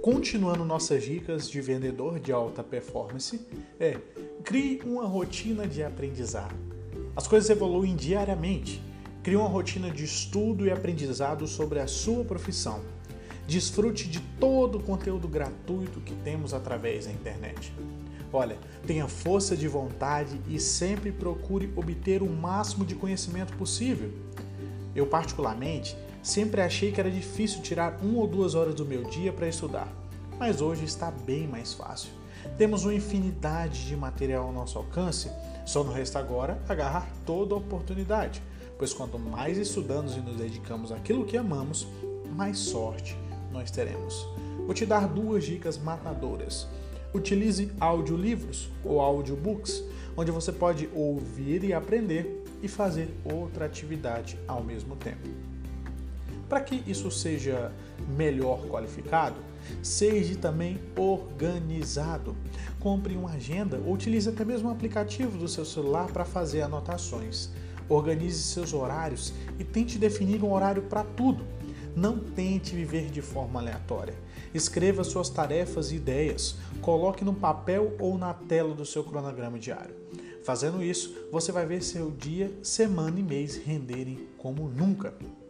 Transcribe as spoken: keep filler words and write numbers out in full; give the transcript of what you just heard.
continuando nossas dicas de vendedor de alta performance, é crie uma rotina de aprendizado. As coisas evoluem diariamente. Crie uma rotina de estudo e aprendizado sobre a sua profissão. Desfrute de todo o conteúdo gratuito que temos através da internet. Olha, tenha força de vontade e sempre procure obter o máximo de conhecimento possível. Eu, particularmente, sempre achei que era difícil tirar uma ou duas horas do meu dia para estudar, mas hoje está bem mais fácil. Temos uma infinidade de material ao nosso alcance, só nos resta agora agarrar toda a oportunidade, pois quanto mais estudamos e nos dedicamos àquilo que amamos, mais sorte nós teremos. Vou te dar duas dicas matadoras. Utilize audiolivros ou audiobooks, onde você pode ouvir e aprender e fazer outra atividade ao mesmo tempo. Para que isso seja melhor qualificado, seja também organizado. Compre uma agenda ou utilize até mesmo um aplicativo do seu celular para fazer anotações. Organize seus horários e tente definir um horário para tudo. Não tente viver de forma aleatória. Escreva suas tarefas e ideias. Coloque no papel ou na tela do seu cronograma diário. Fazendo isso, você vai ver seu dia, semana e mês renderem como nunca.